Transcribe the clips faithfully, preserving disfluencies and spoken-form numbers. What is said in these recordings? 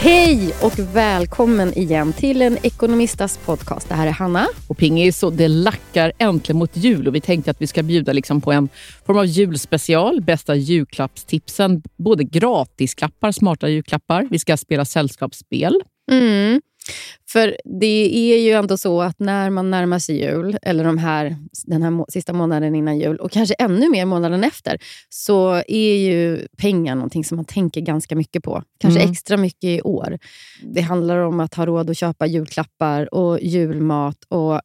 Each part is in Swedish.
Hej och välkommen igen till en ekonomistas podcast. Det här är Hanna. Och Pingis, och det lackar äntligen mot jul och vi tänkte att vi ska bjuda liksom på en form av julspecial. Bästa julklappstipsen, både gratisklappar, smarta julklappar. Vi ska spela sällskapsspel. Mm. För det är ju ändå så att när man närmar sig jul, eller de här, den här må- sista månaden innan jul och kanske ännu mer månaden efter, så är ju pengar någonting som man tänker ganska mycket på. Kanske mm. extra mycket i år. Det handlar om att ha råd att köpa julklappar och julmat och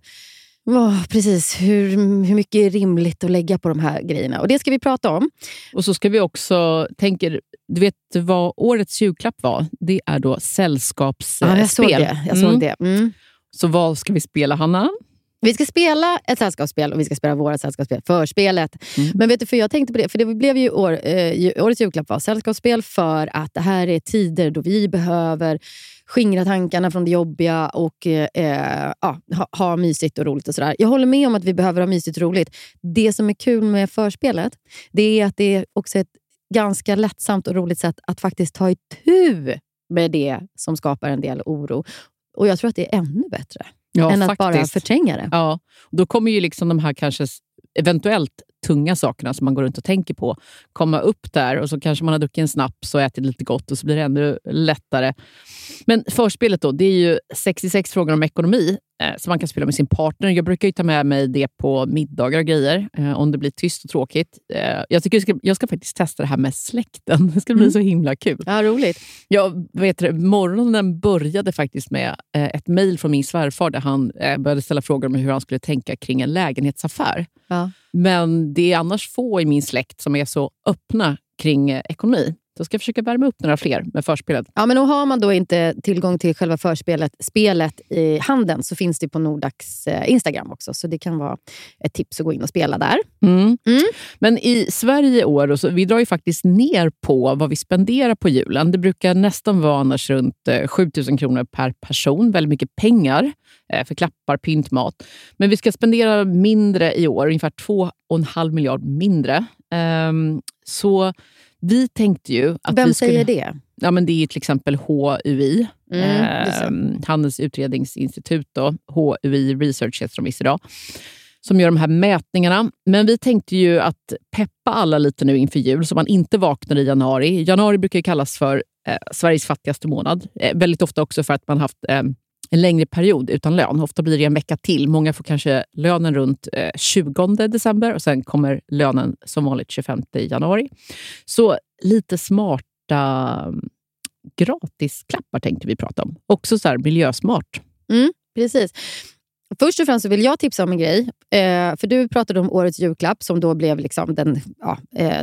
oh, precis hur, hur mycket är rimligt att lägga på de här grejerna. Och det ska vi prata om. Och så ska vi också tänka, du vet vad årets julklapp var? Det är då sällskapsspel. Ja, jag såg det. Jag såg mm. det. Mm. Så vad ska vi spela, Hanna? Vi ska spela ett sällskapsspel och vi ska spela våra sällskapsspel, förspelet. Mm. Men vet du, för jag tänkte på det, för det blev ju år, eh, årets julklapp var sällskapsspel för att det här är tider då vi behöver skingra tankarna från det jobbiga och eh, ja, ha, ha mysigt och roligt och sådär. Jag håller med om att vi behöver ha mysigt och roligt. Det som är kul med förspelet, det är att det är också ett ganska lättsamt och roligt sätt att faktiskt ta itu med det som skapar en del oro. Och jag tror att det är ännu bättre. Ja, än att faktiskt. bara förtränga det. Ja, då kommer ju liksom de här kanske eventuellt tunga sakerna som man går runt och tänker på komma upp där, och så kanske man har druckit en snaps och ätit lite gott och så blir det ännu lättare. Men förspelet då, det är ju sextiosex frågor om ekonomi eh, som man kan spela med sin partner. Jag brukar ju ta med mig det på middagar och grejer eh, om det blir tyst och tråkigt. Eh, jag tycker jag ska, jag ska faktiskt testa det här med släkten. Det ska bli mm. så himla kul. Ja, roligt. Jag vet det, morgonen började faktiskt med eh, ett mejl från min svärfar där han eh, började ställa frågor om hur han skulle tänka kring en lägenhetsaffär. Ja. Men det är annars få i min släkt som är så öppna kring eh, ekonomi. Så ska jag försöka värma upp några fler med förspelet. Ja, men och har man då inte tillgång till själva förspelet, spelet i handen, så finns det på Nordax eh, Instagram också. Så det kan vara ett tips att gå in och spela där. Mm. Mm. Men i Sverige i år, så, vi drar ju faktiskt ner på vad vi spenderar på julen. Det brukar nästan vara annars runt eh, sju tusen kronor per person. Väldigt mycket pengar eh, för klappar, pynt, mat. Men vi ska spendera mindre i år, ungefär två och en halv miljard mindre. Um, så... Vi tänkte ju att Vem vi skulle, säger det? Ja, men det är ju till exempel H U I, mm, eh, Handels utredningsinstitut då, H U I Research heter de visst idag, som gör de här mätningarna. Men vi tänkte ju att peppa alla lite nu inför jul så man inte vaknar i januari. Januari brukar ju kallas för eh, Sveriges fattigaste månad. Eh, väldigt ofta också för att man haft eh, en längre period utan lön. Ofta blir det en vecka till. Många får kanske lönen runt eh, tjugonde december och sen kommer lönen som vanligt tjugofemte januari. Så lite smarta gratisklappar tänkte vi prata om. Också så här miljösmart. Mm, precis. Först och främst så vill jag tipsa om en grej. Eh, för du pratade om årets julklapp som då blev liksom den ja, eh,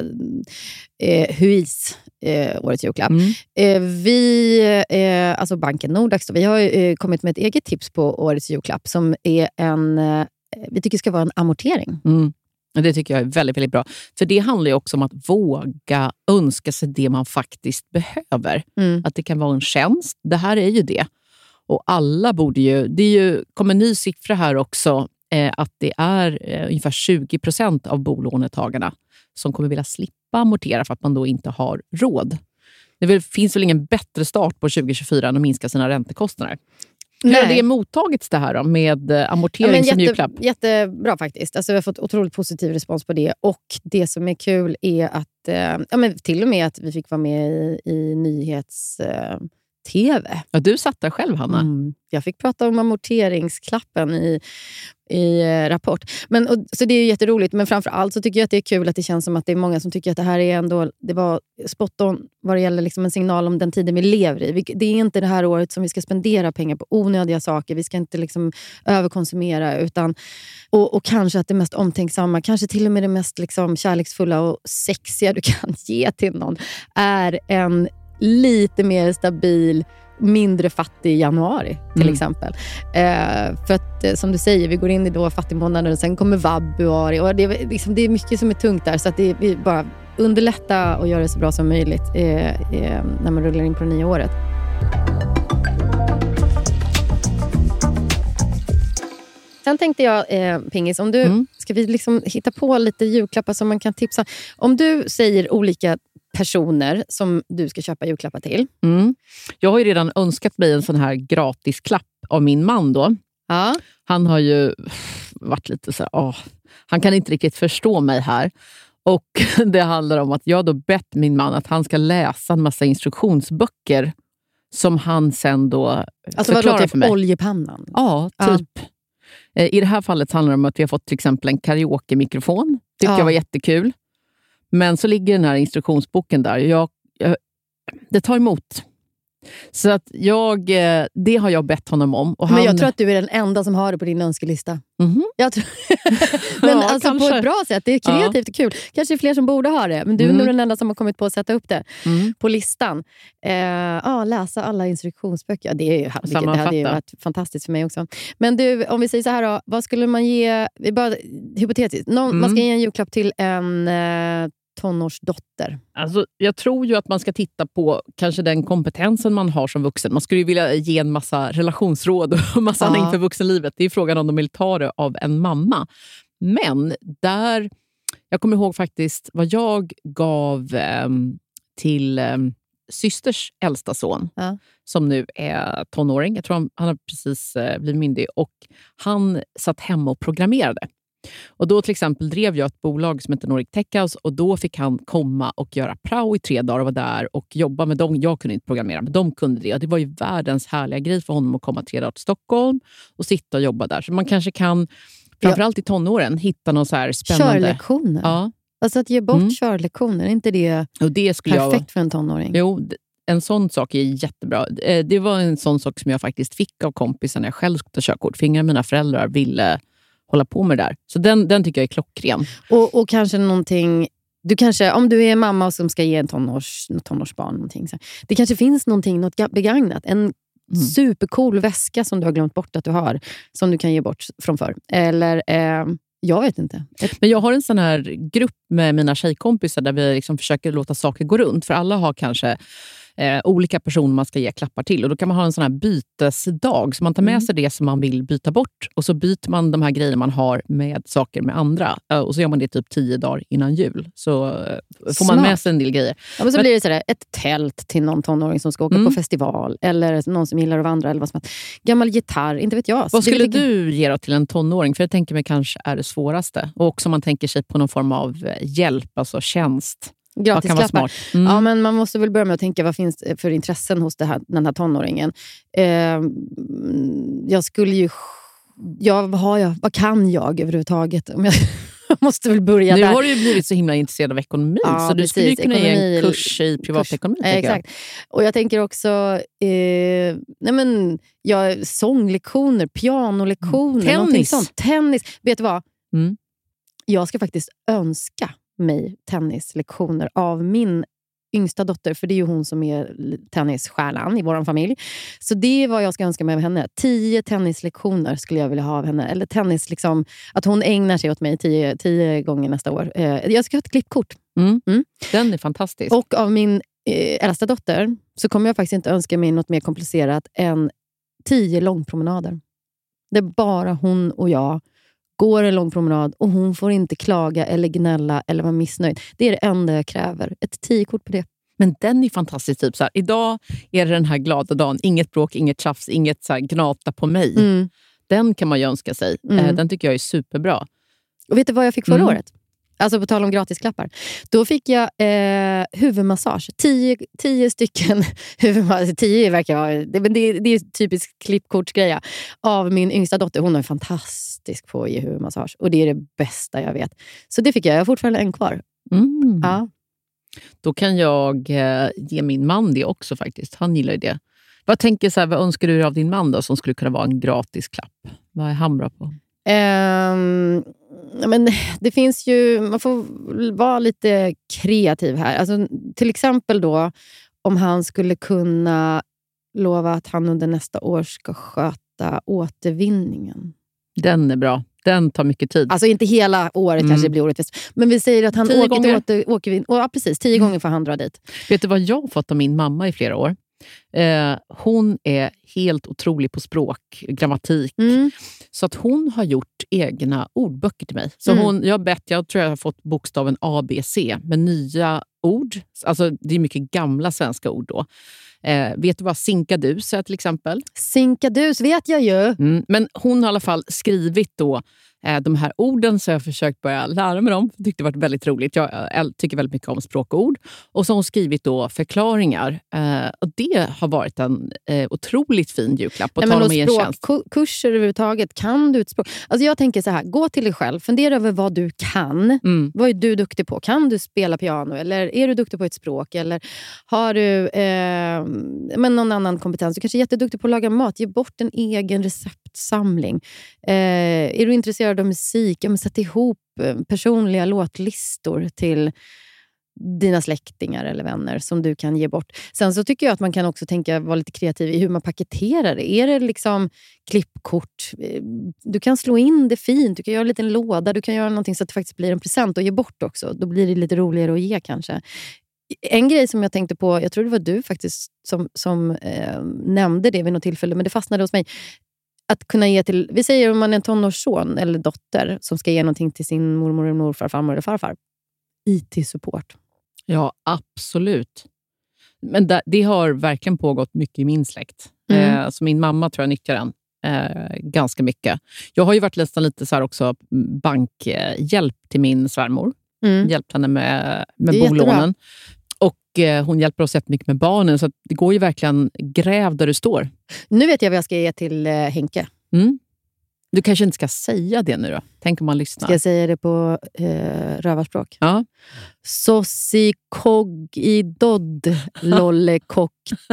eh, H U I's eh, årets julklapp. Mm. Eh, vi, eh, alltså banken Nordax, då, vi har eh, kommit med ett eget tips på årets julklapp som är en, eh, vi tycker ska vara en amortering. Mm. Det tycker jag är väldigt, väldigt bra. För det handlar ju också om att våga önska sig det man faktiskt behöver. Mm. Att det kan vara en tjänst. Det här är ju det. Och alla borde ju, det är ju, kommer en ny siffra här också, eh, att det är eh, ungefär tjugo procent av bolånetagarna som kommer vilja slippa amortera för att man då inte har råd. Det väl, finns väl ingen bättre start på tjugo tjugofyra än att minska sina räntekostnader. Hur har det mottagits det här då, med amortering ja, som jätte, julklapp? Jättebra faktiskt. Alltså, vi har fått otroligt positiv respons på det. Och det som är kul är att eh, ja, men till och med att vi fick vara med i, i nyhets... Eh, T V. Ja, du satt där själv, Hanna. Mm. Jag fick prata om amorteringsklappen i, i eh, Rapport. Men, och, så det är ju jätteroligt. Men framförallt så tycker jag att det är kul att det känns som att det är många som tycker att det här är ändå, det var spot on vad det gäller liksom en signal om den tiden vi lever i. Vi, det är inte det här året som vi ska spendera pengar på onödiga saker. Vi ska inte liksom överkonsumera. Utan, och, och kanske att det mest omtänksamma, kanske till och med det mest liksom kärleksfulla och sexiga du kan ge till någon är en lite mer stabil, mindre fattig januari till mm. exempel. Eh, för att eh, som du säger, vi går in i då fattigmånader och sen kommer vabbuari och det är, liksom, det är mycket som är tungt där, så att det, vi bara underlätta och göra det så bra som möjligt eh, eh, när man rullar in på det nya året. Sen tänkte jag, eh, Pingis, om du mm. ska vi liksom hitta på lite julklappar som man kan tipsa. Om du säger olika personer som du ska köpa julklappar till. Mm. Jag har ju redan önskat mig en sån här gratisklapp av min man då. Ja. Han har ju varit lite så här, åh, han kan inte riktigt förstå mig här. Och det handlar om att jag då bett min man att han ska läsa en massa instruktionsböcker som han sen då alltså förklarar vadå, typ för mig. Oljepannan? Ja, typ. Ja. I det här fallet handlar det om att vi har fått till exempel en karaoke-mikrofon. Tyckte ja. jag var jättekul. Men så ligger den här instruktionsboken där. Jag, jag, det tar emot. Så att jag, det har jag bett honom om. Och han... Men jag tror att du är den enda som har det på din önskelista. Mm-hmm. Jag tror... men ja, alltså kanske. på ett bra sätt. Det är kreativt och kul. Kanske är fler som borde ha det. Men du är mm. nog den enda som har kommit på att sätta upp det mm. på listan. Eh, ja, läsa alla instruktionsböcker. Ja, det, är ju, vilket, det hade ju varit fantastiskt för mig också. Men du, om vi säger så här då. Vad skulle man ge... Bara, hypotetiskt. Någon, mm. Man ska ge en julklapp till en... Eh, tonårsdotter. Alltså, jag tror ju att man ska titta på kanske den kompetensen man har som vuxen. Man skulle ju vilja ge en massa relationsråd och massa ja. annat inför vuxenlivet. Det är frågan om de vill ta det av en mamma. Men där, jag kommer ihåg faktiskt vad jag gav eh, till eh, systers äldsta son ja. som nu är tonåring. Jag tror han, han har precis eh, blivit myndig och han satt hemma och programmerade. Och då till exempel drev jag ett bolag som heter Nordic Tech House och då fick han komma och göra prao i tre dagar och vara där och jobba med dem. Jag kunde inte programmera, men de kunde det. Och det var ju världens härliga grej för honom att komma tre dagar till Stockholm och sitta och jobba där. Så man kanske kan, framförallt i tonåren, hitta något så här spännande. Körlektioner. Ja. Alltså att ge bort mm. körlektioner, är inte det, och det skulle perfekt jag... för en tonåring? Jo, en sån sak är jättebra. Det var en sån sak som jag faktiskt fick av kompisen när jag själv skulle ta körkort. För inga av mina föräldrar ville hålla på med det där. Så den, den tycker jag är klockren. Och, och kanske någonting... Du kanske, om du är mamma som ska ge en tonårs, tonårsbarn någonting, så, det kanske finns någonting, något begagnat. En mm. supercool väska som du har glömt bort att du har. Som du kan ge bort från förr. Eller... Eh, jag vet inte. Ett... Men jag har en sån här grupp med mina tjejkompisar där vi liksom försöker låta saker gå runt. För alla har kanske eh, olika personer man ska ge klappar till. Och då kan man ha en sån här bytesdag. Så man tar med mm. sig det som man vill byta bort. Och så byter man de här grejerna man har med saker med andra. Eh, och så gör man det typ tio dagar innan jul. Så eh, får Smart. man med sig en del grejer. Ja, men så men... blir det sådär, ett tält till någon tonåring som ska åka mm. på festival. Eller någon som gillar att vandra. Eller vad som helst. Gammal gitarr, inte vet jag. Vad skulle lika... du ge då till en tonåring? För jag tänker mig kanske är det svåraste. Och också om man tänker sig på någon form av hjälp, alltså tjänst. Gratisklappar. Mm. Ja, men man måste väl börja med att tänka vad finns det för intressen hos det här, den här tonåringen. Eh, jag skulle ju... Ja, vad, har jag, vad kan jag överhuvudtaget? Om jag måste väl börja nu där. Nu har du ju blivit så himla intresserad av ekonomi. Ja, så du precis. skulle ju kunna ekonomi, ge en kurs i privatekonomi. Kurs. Eh, exakt. Och jag tänker också eh, nej men, ja, sånglektioner, pianolektioner. Tennis. Någonting sånt. Tennis. Vet du vad? Mm. Jag ska faktiskt önska mig tennislektioner av min yngsta dotter, för det är ju hon som är tennisstjärnan i vår familj. Så det är vad jag ska önska mig av henne. Tio tennislektioner skulle jag vilja ha av henne. Eller tennis, liksom, att hon ägnar sig åt mig tio, tio gånger nästa år. Eh, jag ska ha ett klippkort. Mm. Mm. Den är fantastisk. Och av min eh, äldsta dotter så kommer jag faktiskt inte önska mig något mer komplicerat än tio långpromenader. Det är bara hon och jag går en lång promenad och hon får inte klaga eller gnälla eller vara missnöjd. Det är det enda jag kräver. Ett tio-kort på det. Men den är fantastisk. Typ så här, idag är det den här glada dagen. Inget bråk, inget tjafs, inget så här gnata på mig. Mm. Den kan man ju önska sig. Mm. Den tycker jag är superbra. Och vet du vad jag fick förra mm. året? Alltså på tal om gratisklappar. Då fick jag eh, huvudmassage. Tio, tio stycken huvudmassage. Tio verkar vara... Det, men det, det är typisk klippkortsgreja. Av min yngsta dotter. Hon är fantastisk på att ge huvudmassage. Och det är det bästa jag vet. Så det fick jag. Jag har fortfarande en kvar. Mm. Ja. Då kan jag eh, ge min man det också faktiskt. Han gillar ju det. Vad tänker så här, vad önskar du av din man då som skulle kunna vara en gratis klapp? Vad är han bra på? Um, men det finns ju, man får vara lite kreativ här. Alltså, till exempel då om han skulle kunna lova att han under nästa år ska sköta återvinningen. Den är bra. Den tar mycket tid. Alltså inte hela året mm. kanske det blir orättvist. Men vi säger att han tio åker gånger. till åter, återvin- och, ja, precis, tio mm. gånger får han dra dit. Vet du vad jag har fått av min mamma i flera år? Eh, hon är helt otrolig på språk, grammatik. Mm. Så att hon har gjort egna ordböcker till mig. Så Mm. hon, jag, bett, jag tror jag har fått bokstaven A, B, C med nya ord. Alltså det är mycket gamla svenska ord då. Eh, vet du vad sinkadus är till exempel? Sinkadus vet jag ju. Mm, men hon har i alla fall skrivit då eh, de här orden, så jag har försökt börja lära mig dem. Jag tyckte det var väldigt roligt. Jag, jag tycker väldigt mycket om språkord. Och så har hon skrivit då förklaringar. Eh, och det har varit en eh, otroligt fin julklapp. Och Nej, ta men dem i en tjänst. Språkkurser överhuvudtaget, kan du ett språk? Alltså jag tänker så här, gå till dig själv, fundera över vad du kan. Mm. Vad är du duktig på? Kan du spela piano? Eller är du duktig på ett språk? Eller har du eh, men någon annan kompetens? Du kanske är jätteduktig på att laga mat. Ge bort en egen receptsamling. Eh, är du intresserad av musik? Ja, men sätt ihop personliga låtlistor till dina släktingar eller vänner som du kan ge bort. Sen så tycker jag att man kan också tänka, vara lite kreativ i hur man paketerar det. Är det liksom klippkort? Du kan slå in det fint. Du kan göra en liten låda. Du kan göra någonting så att det faktiskt blir en present och ge bort också. Då blir det lite roligare att ge kanske. En grej som jag tänkte på, jag tror det var du faktiskt som, som eh, nämnde det vid något tillfälle, men det fastnade hos mig. Att kunna ge till, vi säger om man är en tonårsson eller dotter som ska ge någonting till sin mormor och morfar, farmor eller farfar. I T-support. Ja, absolut. Men det, det har verkligen pågått mycket i min släkt. Mm. Eh, så min mamma tror jag nyttjar den eh, ganska mycket. Jag har ju varit nästan lite så här också bankhjälp till min svärmor. Mm. Hjälpt henne med, med Det är bolånen. jättebra. Och eh, hon hjälper oss jättemycket med barnen. Så att det går ju verkligen gräv där du står. Nu vet jag vad jag ska ge till eh, Henke. Mm. Du kanske inte ska säga det nu då? Tänk om man lyssnar. Ska jag säga det på eh, rövarspråk? Ja. Sossi kog i dodd lolle kock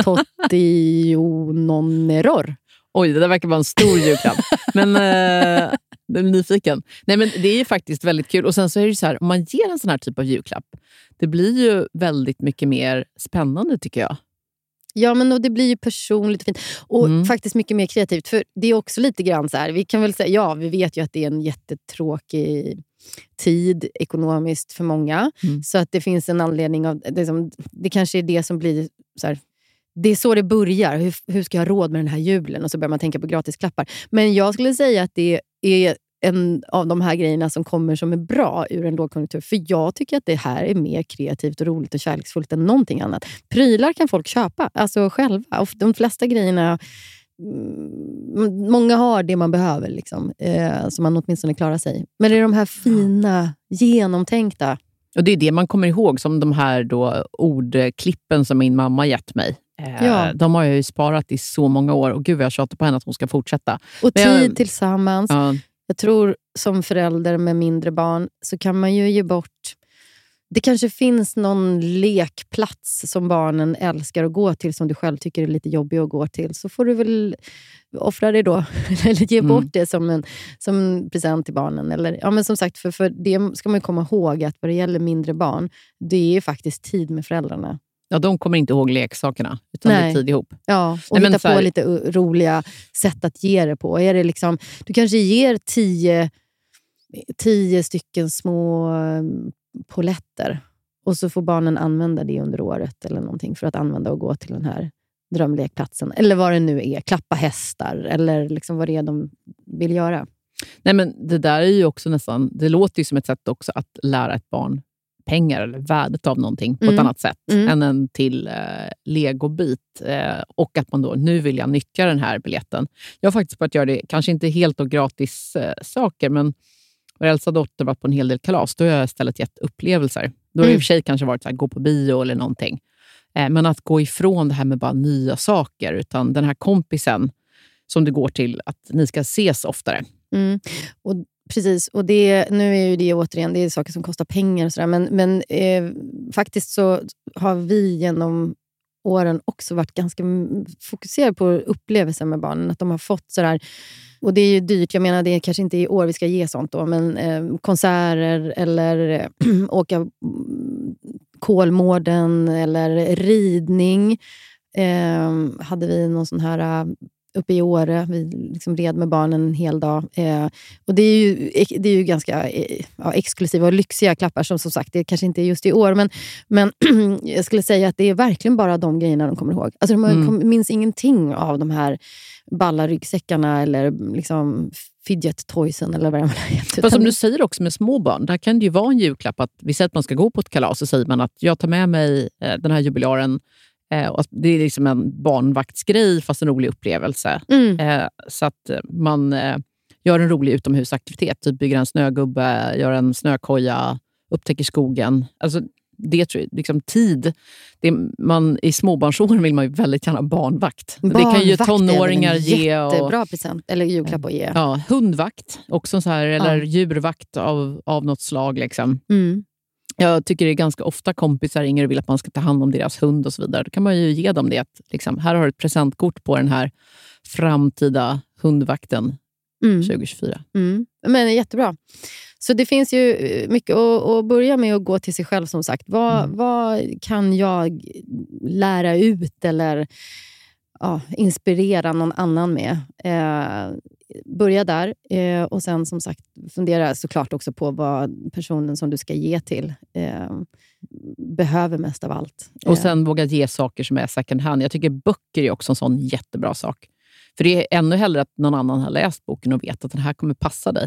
totti nonneror. Oj, det där verkar vara en stor julklapp. Men eh, jag är nyfiken. Nej, men det är ju faktiskt väldigt kul. Och sen så är det så här, om man ger en sån här typ av julklapp, det blir ju väldigt mycket mer spännande tycker jag. Ja, men och det blir ju personligt fint. Och Mm. faktiskt mycket mer kreativt. För det är också lite grann så här, vi kan väl säga, ja, vi vet ju att det är en jättetråkig tid ekonomiskt för många. Mm. Så att det finns en anledning av, det, som, det kanske är det som blir så här, det är så det börjar. Hur, hur ska jag ha råd med den här julen? Och så börjar man tänka på gratisklappar. Men jag skulle säga att det är en av de här grejerna som kommer som är bra ur en lågkonjunktur. För jag tycker att det här är mer kreativt och roligt och kärleksfullt än någonting annat. Prylar kan folk köpa, alltså själva. Och de flesta grejerna, mm, många har det man behöver liksom, eh, så man åtminstone klarar sig. Men det är de här fina, genomtänkta. Och det är det man kommer ihåg som de här då ordklippen som min mamma gett mig. Eh, Ja. De har jag ju sparat i så många år. Och gud, jag tjatar på henne att hon ska fortsätta. Och Men tid jag- tillsammans. Ja. Jag tror som förälder med mindre barn så kan man ju ge bort. Det kanske finns någon lekplats som barnen älskar att gå till som du själv tycker är lite jobbig att gå till. Så får du väl offra det då. Eller ge bort Mm. det som en, som en present till barnen. Eller, ja, men som sagt, för, för det ska man ju komma ihåg att vad det gäller mindre barn, det är faktiskt tid med föräldrarna. Ja, de kommer inte ihåg leksakerna, utan det är Nej. tid ihop. Ja, och Nej, men hitta så här- på lite uh, roliga sätt att ge det på. Är det liksom, du kanske ger tio, tio stycken små um, poletter och så får barnen använda det under året eller någonting för att använda och gå till den här drömlekplatsen. Eller vad det nu är, klappa hästar eller liksom vad det är de vill göra. Nej, men det där är ju också nästan, det låter ju som ett sätt också att lära ett barn pengar eller värdet av någonting på Mm. ett annat sätt Mm. än en till eh, legobit. Eh, och att man då, nu vill jag nyttja den här biljetten. Jag har faktiskt börjat göra det, kanske inte helt och gratis eh, saker, men vår äldsta dotter var på en hel del kalas. Då har jag istället gett upplevelser. Då har det i Mm. och för sig kanske varit så här, gå på bio eller någonting. Eh, men att gå ifrån det här med bara nya saker, utan den här kompisen som du går till, att ni ska ses oftare. Mm. Och precis, och det, nu är ju det återigen, det är saker som kostar pengar och sådär, men, men eh, faktiskt så har vi genom åren också varit ganska fokuserade på upplevelser med barnen, att de har fått sådär, och det är ju dyrt, jag menar det är kanske inte i år vi ska ge sånt då, men eh, konserter eller eh, åka mm, Kolmården eller ridning, eh, hade vi någon sån här uppe i Åre. Vi liksom red med barnen en hel dag. Eh, och det är ju, det är ju ganska eh, ja, exklusiva och lyxiga klappar som som sagt, det kanske inte är just i år. Men, men jag skulle säga att det är verkligen bara de grejerna de kommer ihåg. Alltså de mm. kom, minns ingenting av de här balla ryggsäckarna eller liksom fidget toysen eller vad det heter. Fast som du säger också med små barn, där kan det ju vara en julklapp att vi säger att man ska gå på ett kalas och säger man att jag tar med mig eh, den här jubilaren. Eh, och det är liksom en barnvaktsgrej fast en rolig upplevelse. Mm. Eh, så att man eh, gör en rolig utomhusaktivitet. Typ bygger en snögubbe, gör en snökoja, upptäcker skogen. Alltså det tror jag, liksom tid. Det, man, i småbarnsåren vill man ju väldigt gärna barnvakt. Barnvakt det kan ju tonåringar ge. Jättebra Jättebra present, eller julklapp att ge. Ja, hundvakt också så här, eller ja. djurvakt av, av något slag liksom. Mm. Jag tycker det är ganska ofta kompisar ringer och vill att man ska ta hand om deras hund och så vidare. Då kan man ju ge dem det. Att, liksom, här har du ett presentkort på den här framtida hundvakten mm. tjugo tjugofyra. Mm. Men jättebra. Så det finns ju mycket att, att börja med att gå till sig själv som sagt. Vad, mm. vad kan jag lära ut eller ja, inspirera någon annan med? Eh, börja där eh, och sen som sagt fundera såklart också på vad personen som du ska ge till eh, behöver mest av allt. Och sen våga ge saker som är second hand. Jag tycker böcker är också en sån jättebra sak. För det är ännu hellre att någon annan har läst boken och vet att den här kommer passa dig.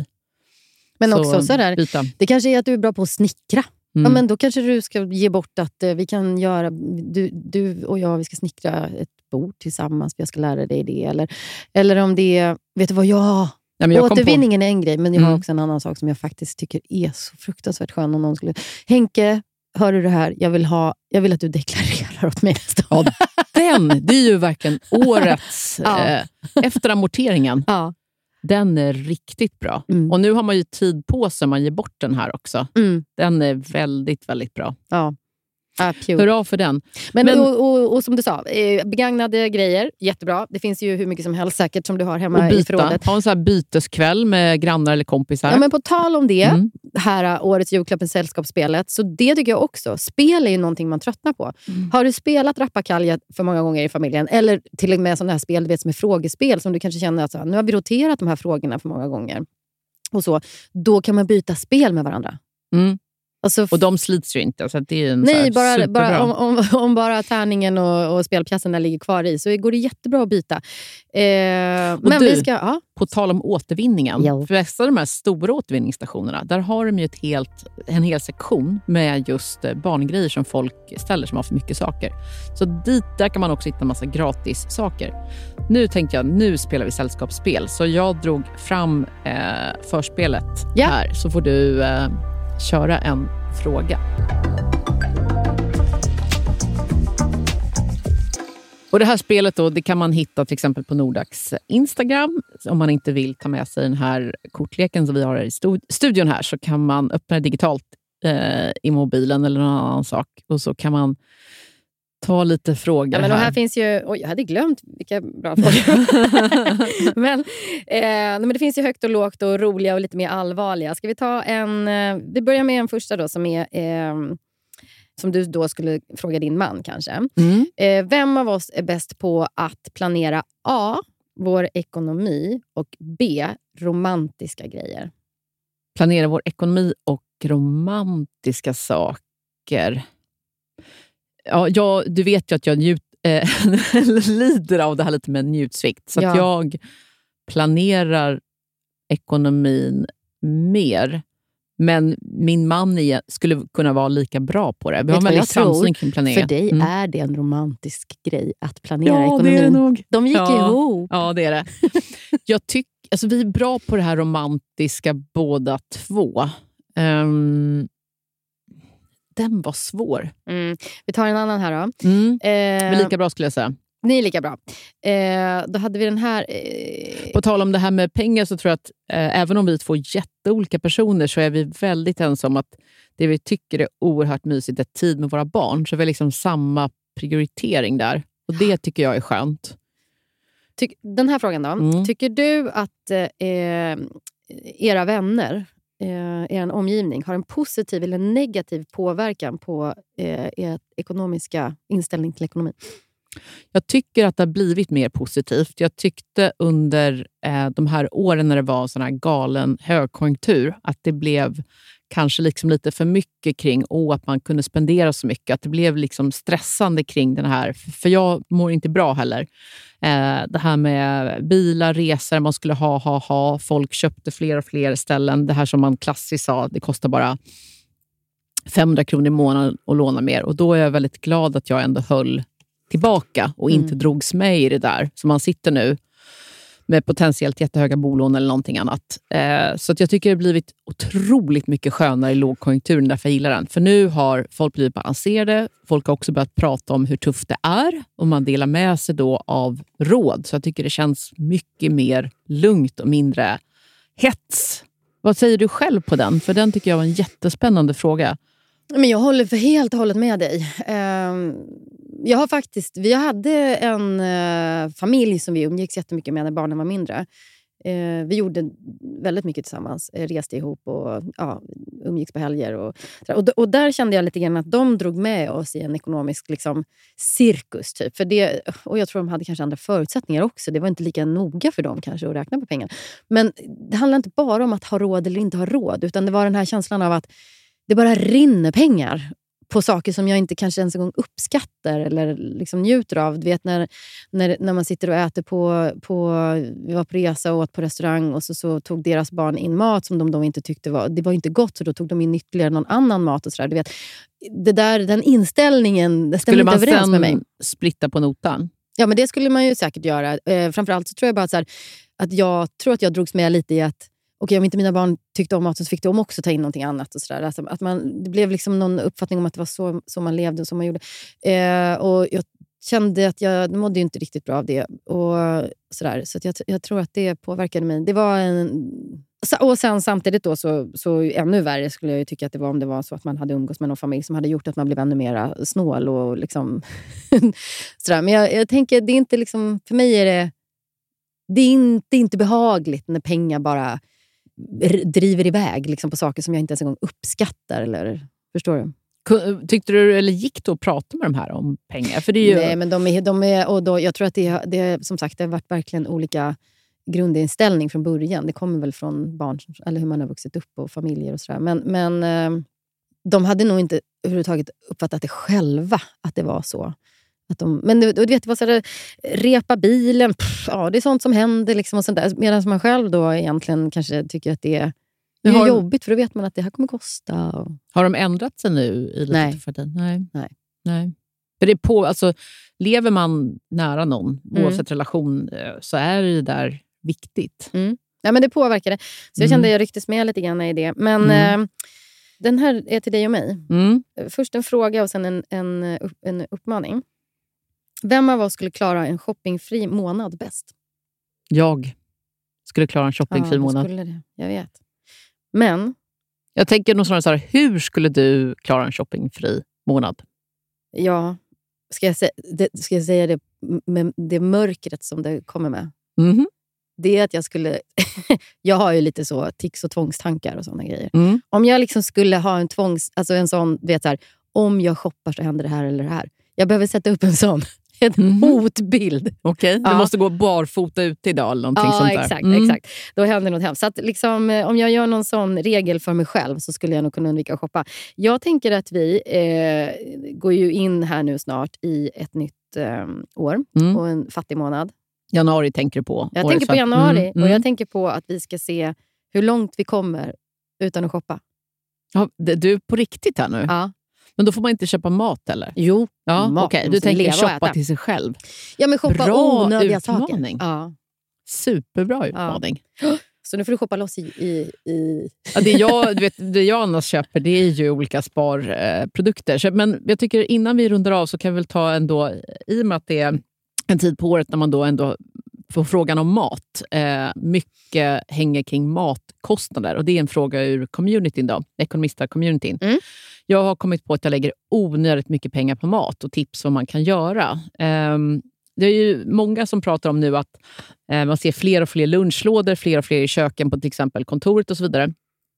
Men så också sådär, byta. Det kanske är att du är bra på att snickra. Mm. Ja, men då kanske du ska ge bort att eh, vi kan göra, du, du och jag, vi ska snickra ett bord tillsammans. Jag ska lära dig det. Eller, eller om det är, vet du vad jag... Nej, men jag återvinningen på... är en grej, men jag har mm. också en annan sak som jag faktiskt tycker är så fruktansvärt skön. Om någon skulle, Henke, hör du det här? Jag vill, ha, jag vill att du deklarerar åt mig nästa år. Ja, den, det är ju verkligen årets, ja. eh, efter amorteringen. Ja. Den är riktigt bra. Mm. Och nu har man ju tid på sig man ger bort den här också. Mm. Den är väldigt, väldigt bra. Ja. Ah, Hurra för den. Men, Men och, och, och som du sa, begagnade grejer, jättebra. Det finns ju hur mycket som helst säkert som du har hemma i förrådet. Ha en sån här byteskväll med grannar eller kompisar. Ja, men på tal om det, mm. här årets julklappen sällskapsspelet, så det tycker jag också. Spel är ju någonting man tröttnar på. Mm. Har du spelat Rappakalja för många gånger i familjen, eller till och med sådana här spel du vet, som är frågespel, som du kanske känner att så, nu har vi roterat de här frågorna för många gånger. Och så, då kan man byta spel med varandra. Mm. Alltså, och de slits ju inte. Så det är en nej, så bara, bara, om, om, om bara tärningen och, och spelpjäserna ligger kvar i så går det jättebra att byta. Eh, men du, vi ska, ja. på tal om återvinningen. Ja. För dessa de här stora återvinningsstationerna, där har de ju ett helt, en hel sektion med just barngrejer som folk ställer som har för mycket saker. Så dit, där kan man också hitta en massa gratis saker. Nu tänkte jag, nu spelar vi sällskapsspel. Så jag drog fram eh, förspelet ja. här. Så får du... Eh, köra en fråga. Och det här spelet då, det kan man hitta till exempel på Nordax Instagram. Om man inte vill ta med sig den här kortleken som vi har i studion här, så kan man öppna det digitalt eh, i mobilen eller någon annan sak. Och så kan man ta lite frågor ja, men här. här finns ju, oj, jag hade glömt vilka bra frågor. men, eh, men det finns ju högt och lågt och roliga och lite mer allvarliga. Ska vi ta en, eh, vi börjar med en första då som är eh, som du då skulle fråga din man kanske. Mm. Eh, vem av oss är bäst på att planera A, vår ekonomi, och B, romantiska grejer? Planera vår ekonomi och romantiska saker. Ja, jag, du vet ju att jag njut, äh, lider av det här lite med njutsvikt. Så ja. att jag planerar ekonomin mer. Men min man är, skulle kunna vara lika bra på det. Vi har en väldigt samsyn kring planering. För dig mm. är det en romantisk grej att planera ja, ekonomin. Det är det nog. De gick ja. ihop. Ja, det är det. Jag tycker, alltså, vi är bra på det här romantiska båda två. Um, Den var svår. Mm. Vi tar en annan här då. Mm. Eh, vi är lika bra skulle jag säga. Ni är lika bra. Eh, då hade vi den här... Eh... På tal om det här med pengar så tror jag att eh, även om vi är två jätteolika personer så är vi väldigt ensamma att det vi tycker är oerhört mysigt är tid med våra barn. Så vi har liksom samma prioritering där. Och det tycker jag är skönt. Ty- den här frågan då. Mm. Tycker du att eh, era vänner... Eh, er omgivning har en positiv eller negativ påverkan på eh, er ekonomiska inställning till ekonomin? Jag tycker att det har blivit mer positivt. Jag tyckte under eh, de här åren när det var sån här galen högkonjunktur att det blev kanske liksom lite för mycket kring oh, att man kunde spendera så mycket. Att det blev liksom stressande kring den här. För jag mår inte bra heller. Eh, det här med bilar, resor, man skulle ha, ha, ha. Folk köpte fler och fler ställen. Det här som man klassiskt sa, det kostar bara femhundra kronor i månaden att låna mer. Och då är jag väldigt glad att jag ändå höll tillbaka och inte mm. drogs med i det där. Så man sitter nu med potentiellt jättehöga bolån eller någonting annat. Eh, så att jag tycker det har blivit otroligt mycket skönare i lågkonjunkturen, därför jag gillar den. För nu har folk blivit balanserade. Folk har också börjat prata om hur tufft det är. Och man delar med sig då av råd. Så jag tycker det känns mycket mer lugnt och mindre hets. Vad säger du själv på den? För den tycker jag var en jättespännande fråga. Men jag håller för helt och hållet med dig. Uh, jag har faktiskt, vi hade en uh, familj som vi umgicks jättemycket med när barnen var mindre. Uh, vi gjorde väldigt mycket tillsammans. Uh, reste ihop och uh, umgicks på helger. Och, och, och där kände jag lite grann att de drog med oss i en ekonomisk liksom, cirkus. Typ. För det, och jag tror de hade kanske andra förutsättningar också. Det var inte lika noga för dem kanske att räkna på pengar. Men det handlar inte bara om att ha råd eller inte ha råd. Utan det var den här känslan av att det bara rinner pengar på saker som jag inte kanske ens en gång uppskattar eller liksom njuter av. Du vet när, när, när man sitter och äter på, på... Vi var på resa och åt på restaurang och så, så tog deras barn in mat som de då inte tyckte var... Det var inte gott, så då tog de in ytterligare någon annan mat och sådär. Du vet, det där, den inställningen, det stämmer inte överens med mig. Skulle man sen splitta på notan? Ja, men det skulle man ju säkert göra. Eh, framförallt så tror jag bara att, så här, att jag tror att jag drogs med lite i att okej, om inte mina barn tyckte om maten så fick de också ta in någonting annat. Och så där. Alltså, att man, det blev liksom någon uppfattning om att det var så, så man levde och så man gjorde. Eh, och jag kände att jag mådde ju inte riktigt bra av det. Och så där. Så att jag, jag tror att det påverkade mig. Det var en... Och sen samtidigt då så, så ännu värre skulle jag ju tycka att det var om det var så att man hade umgås med någon familj som hade gjort att man blev ännu mer snål och liksom sådär. Men jag, jag tänker, det är inte liksom, för mig är det det är inte, inte behagligt när pengar bara driver iväg liksom, på saker som jag inte ens en gång uppskattar, eller förstår du? Tyckte du, eller gick du att prata med de här om pengar? För det är ju... Nej, men de är, de är och då, jag tror att det, det som sagt, det har varit verkligen olika grundinställning från början. Det kommer väl från barn, eller hur man har vuxit upp och familjer och sådär. Men, men de hade nog inte överhuvudtaget uppfattat det själva, att det var så. Att de, men du, du vet, det var så där, repa bilen, pff, ja, det är sånt som händer liksom och sånt där. Medan man själv då egentligen kanske tycker att det är, det är har, jobbigt, för då vet man att det här kommer kosta. Och... Har de ändrat sig nu i Nej. För den? Nej. Nej. Nej. För det är på, alltså, lever man nära någon, mm. oavsett relation, så är det där viktigt. Mm. Ja, men det påverkar det. Så jag mm. kände att jag rycktes med lite grann i det. Men mm. eh, den här är till dig och mig. Mm. Först en fråga och sen en, en, en uppmaning. Vem av oss skulle klara en shoppingfri månad bäst? Jag skulle klara en shoppingfri ja, månad. Skulle det. Jag vet. Men... Jag tänker nog snarare så här, hur skulle du klara en shoppingfri månad? Ja, ska jag säga det, ska jag säga det med det mörkret som det kommer med? Mm-hmm. Det är att jag skulle... jag har ju lite så tics och tvångstankar och sådana grejer. Mm. Om jag liksom skulle ha en tvångs... Alltså en sån, vet så här, om jag shoppar så händer det här eller det här. Jag behöver sätta upp en sån... En mm. hotbild. Okej, okay. Ja. Du måste gå barfota ut idag eller någonting ja, sånt där. Exakt, mm. exakt. Då händer något hemskt. Så att liksom, om jag gör någon sån regel för mig själv så skulle jag nog kunna undvika att shoppa. Jag tänker att vi eh, går ju in här nu snart i ett nytt eh, år mm. och en fattig månad. Januari tänker du på? Jag tänker på januari mm. och jag tänker på att vi ska se hur långt vi kommer utan att shoppa. Ja, du är på riktigt här nu? Ja. Men då får man inte köpa mat eller? Jo, ja, mat. Okay. Du tänker shoppa till sig själv. Ja, men shoppa bra onödiga utmaning. saker. Ja. Superbra utmaning. Ja. Så nu får du shoppa loss i... i, i... Ja, det, jag, du vet, det jag annars köper, det är ju olika sparprodukter. Eh, Men jag tycker innan vi rundar av så kan vi väl ta ändå, i och med att det är en tid på året när man då ändå får frågan om mat. Eh, mycket hänger kring matkostnader och det är en fråga ur communityn då, ekonomista-communityn. Mm. Jag har kommit på att jag lägger onödigt mycket pengar på mat och tips vad man kan göra. Eh, det är ju många som pratar om nu att eh, man ser fler och fler lunchlådor, fler och fler i köken på till exempel kontoret och så vidare.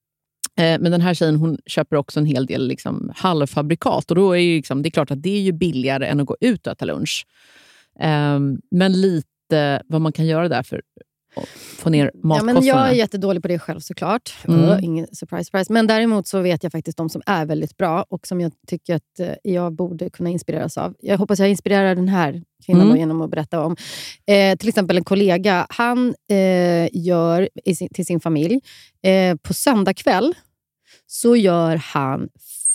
Eh, men den här tjejen, hon köper också en hel del liksom, halvfabrikat och då är ju liksom, det är klart att det är ju billigare än att gå ut och äta lunch. Um, men lite vad man kan göra där för att få ner matkostnaderna. Ja, men jag är jättedålig på det själv såklart. Mm. Uh, ingen surprise, surprise. Men däremot så vet jag faktiskt de som är väldigt bra och som jag tycker att uh, jag borde kunna inspireras av. Jag hoppas jag inspirerar den här kvinnan mm. då, genom att berätta om. Eh, till exempel en kollega. Han eh, gör i sin, till sin familj eh, på söndag kväll så gör han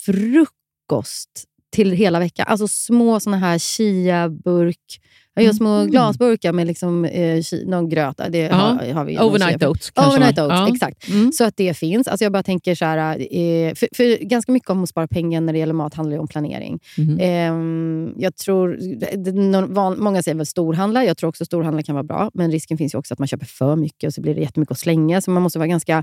frukost till hela veckan. Alltså små såna här chia-burk. Jag gör små mm. glasburkar med liksom, eh, någon gröt. Det ja. har, har vi Overnight oats. Overnight oats, ja. exakt. Mm. Så att det finns. Alltså jag bara tänker så här, eh, för, för ganska mycket om att spara pengar när det gäller mat handlar ju om planering. Mm. Eh, jag tror, det, van, många säger väl storhandla. Jag tror också storhandla kan vara bra. Men risken finns ju också att man köper för mycket och så blir det jättemycket att slänga. Så man måste vara ganska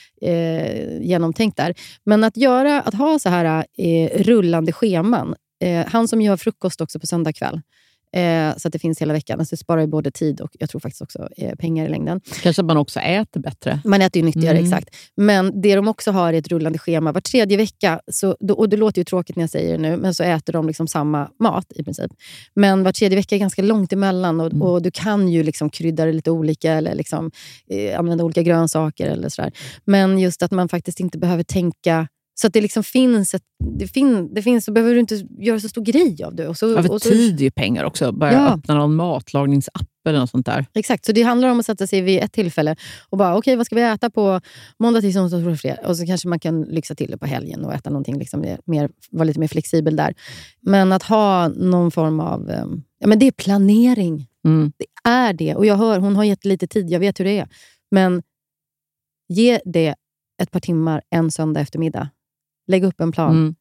eh, genomtänkt där. Men att göra, att ha så här eh, rullande scheman. Eh, han som gör frukost också på söndag kväll. Eh, så att det finns hela veckan. Alltså det sparar ju både tid och jag tror faktiskt också eh, pengar i längden. Kanske att man också äter bättre. Man äter ju nyttigare, mm. exakt. Men det de också har är ett rullande schema. Var tredje vecka, så, och det låter ju tråkigt när jag säger det nu, men så äter de liksom samma mat i princip. Men var tredje vecka är ganska långt emellan och, mm. och du kan ju liksom krydda det lite olika eller liksom, eh, använda olika grönsaker eller sådär. Men just att man faktiskt inte behöver tänka. Så att det liksom finns, ett, det, fin, det finns så behöver du inte göra så stor grej av det. Och så, ja, för och så, tid är ju pengar också. Bara ja. öppna någon matlagningsapp eller något sånt där. Exakt, så det handlar om att sätta sig vid ett tillfälle och bara, okej, okay, vad ska vi äta på måndag, tisdag, onsdag, och fredag? Och så kanske man kan lyxa till det på helgen och äta någonting, liksom mer, vara lite mer flexibel där. Men att ha någon form av, ja men det är planering. Mm. Det är det. Och jag hör, hon har gett lite tid, jag vet hur det är. Men ge det ett par timmar en söndag eftermiddag. Lägg upp en plan. Mm.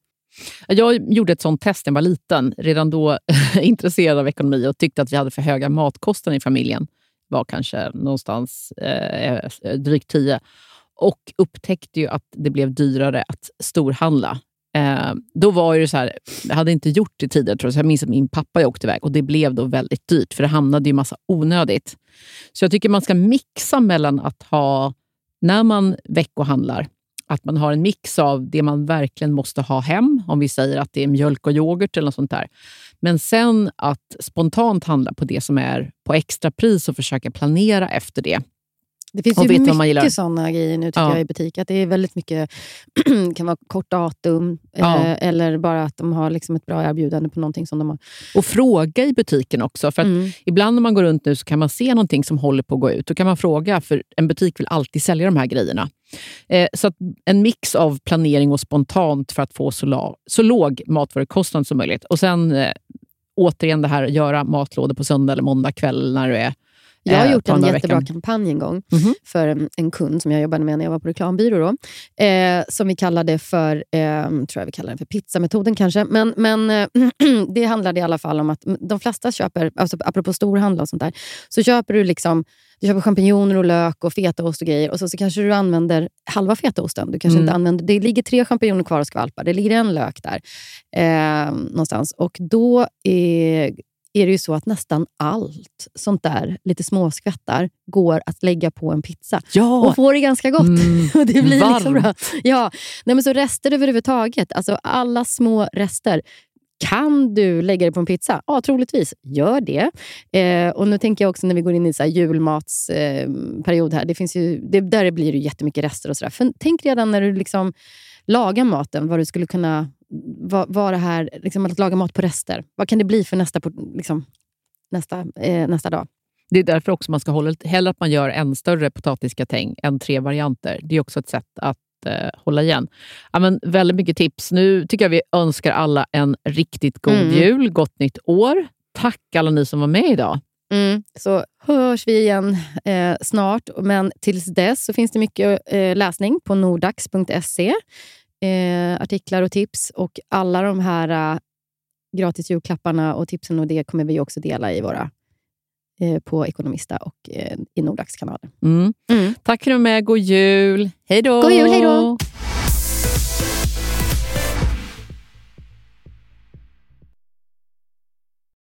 Jag gjorde ett sånt test när jag var liten. Redan då intresserad av ekonomi och tyckte att vi hade för höga matkostnader i familjen. Var kanske någonstans eh, drygt tio. Och upptäckte ju att det blev dyrare att storhandla. Eh, då var det så här, jag hade inte gjort det tidigare tror jag. Så jag minns att min pappa åkte iväg och det blev då väldigt dyrt. För det hamnade ju massa onödigt. Så jag tycker man ska mixa mellan att ha, när man veckohandlar, att man har en mix av det man verkligen måste ha hem. Om vi säger att det är mjölk och yoghurt eller något sånt där. Men sen att spontant handla på det som är på extra pris och försöka planera efter det. Det finns ju mycket sådana grejer nu tycker ja. jag i butik. Att det är väldigt mycket, kan vara kort datum. Ja. Eh, eller bara att de har liksom ett bra erbjudande på någonting som de har. Och fråga i butiken också. För att mm. ibland när man går runt nu så kan man se någonting som håller på att gå ut. Då kan man fråga, för en butik vill alltid sälja de här grejerna. Eh, så att en mix av planering och spontant för att få så, la, så låg matvarukostnad som möjligt. Och sen eh, återigen det här, göra matlådor på söndag eller måndag kväll när du är. Jag har gjort en jättebra veckan. kampanj en gång mm-hmm. för en, en kund som jag jobbade med när jag var på reklambyrå. Då, eh, som vi kallade för, eh, tror jag vi kallar den för pizzametoden kanske. Men, men eh, det handlade i alla fall om att de flesta köper, alltså apropå storhandel och sånt där, så köper du liksom, du köper champinjoner och lök och fetaost och grejer. Och så, så kanske du använder halva fetaosten. Du kanske mm. inte använder, det ligger tre champinjoner kvar och skvalpar. Det ligger en lök där eh, någonstans. Och då är... är det ju så att nästan allt sånt där, lite småskvättar, går att lägga på en pizza. Ja. Och får det ganska gott. Mm. Och det blir Varmt. liksom bra. Ja. Nej, men så rester överhuvudtaget, alltså alla små rester. Kan du lägga det på en pizza? Ja, troligtvis. Gör det. Eh, och nu tänker jag också när vi går in i så här julmatsperiod eh, här. Det finns ju, det, där blir det ju jättemycket rester och sådär. För tänk redan när du liksom lagar maten, vad du skulle kunna... Vad, vad det här, liksom att laga mat på rester. Vad kan det bli för nästa, liksom, nästa, eh, nästa dag? Det är därför också man ska hålla hellre att man gör en större potatisgratäng än tre varianter. Det är också ett sätt att eh, hålla igen. Ja, men väldigt mycket tips. Nu tycker jag vi önskar alla en riktigt god mm. jul. Gott nytt år. Tack alla ni som var med idag. Mm. Så hörs vi igen eh, snart. Men tills dess så finns det mycket eh, läsning på nordax punkt se. Eh, artiklar och tips och alla de här eh, gratis julklapparna och tipsen och det kommer vi också dela i våra eh, på Ekonomista och eh, i Nordax kanalen. Mm. Mm. Tack för att du med. God jul. Hej då. God jul, hej då.